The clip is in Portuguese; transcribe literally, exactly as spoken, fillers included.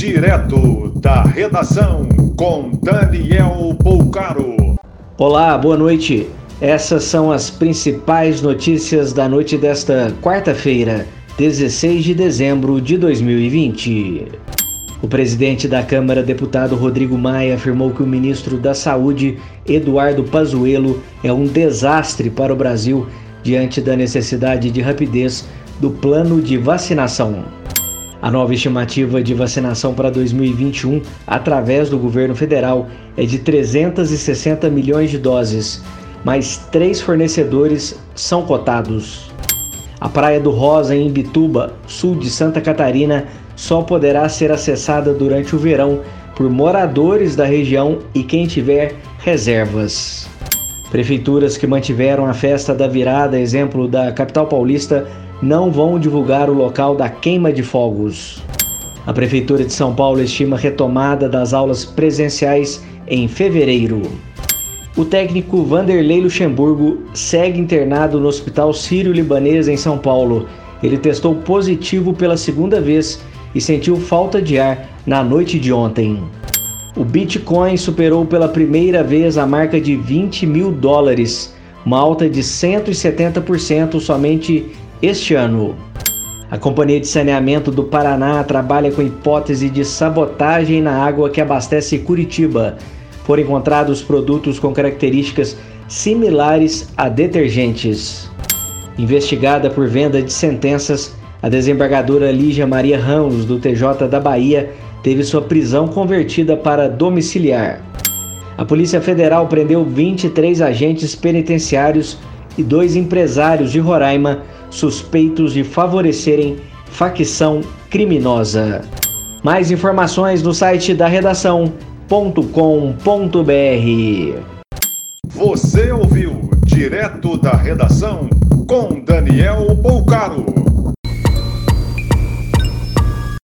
Direto da redação com Daniel Poucaro. Olá, boa noite. Essas são as principais notícias da noite desta quarta-feira, dezesseis de dezembro de dois mil e vinte. O presidente da Câmara, deputado Rodrigo Maia, afirmou que o ministro da Saúde, Eduardo Pazuello, é um desastre para o Brasil diante da necessidade de rapidez do plano de vacinação. A nova estimativa de vacinação para dois mil e vinte e um, através do governo federal, é de trezentos e sessenta milhões de doses, mas três fornecedores são cotados. A Praia do Rosa, em Imbituba, sul de Santa Catarina, só poderá ser acessada durante o verão por moradores da região e quem tiver reservas. Prefeituras que mantiveram a festa da virada, exemplo da capital paulista, não vão divulgar o local da queima de fogos. A Prefeitura de São Paulo estima retomada das aulas presenciais em fevereiro. O técnico Vanderlei Luxemburgo segue internado no Hospital Sírio-Libanês em São Paulo. Ele testou positivo pela segunda vez e sentiu falta de ar na noite de ontem. O Bitcoin superou pela primeira vez a marca de vinte mil dólares, uma alta de cento e setenta por cento somente este ano. A Companhia de Saneamento do Paraná trabalha com hipótese de sabotagem na água que abastece Curitiba. Foram encontrados produtos com características similares a detergentes. Investigada por venda de sentenças, a desembargadora Lígia Maria Ramos, do T J da Bahia, teve sua prisão convertida para domiciliar. A Polícia Federal prendeu vinte e três agentes penitenciários e dois empresários de Roraima suspeitos de favorecerem facção criminosa. Mais informações no site da redação ponto com ponto br. Você ouviu Direto da Redação com Daniel Poucaro.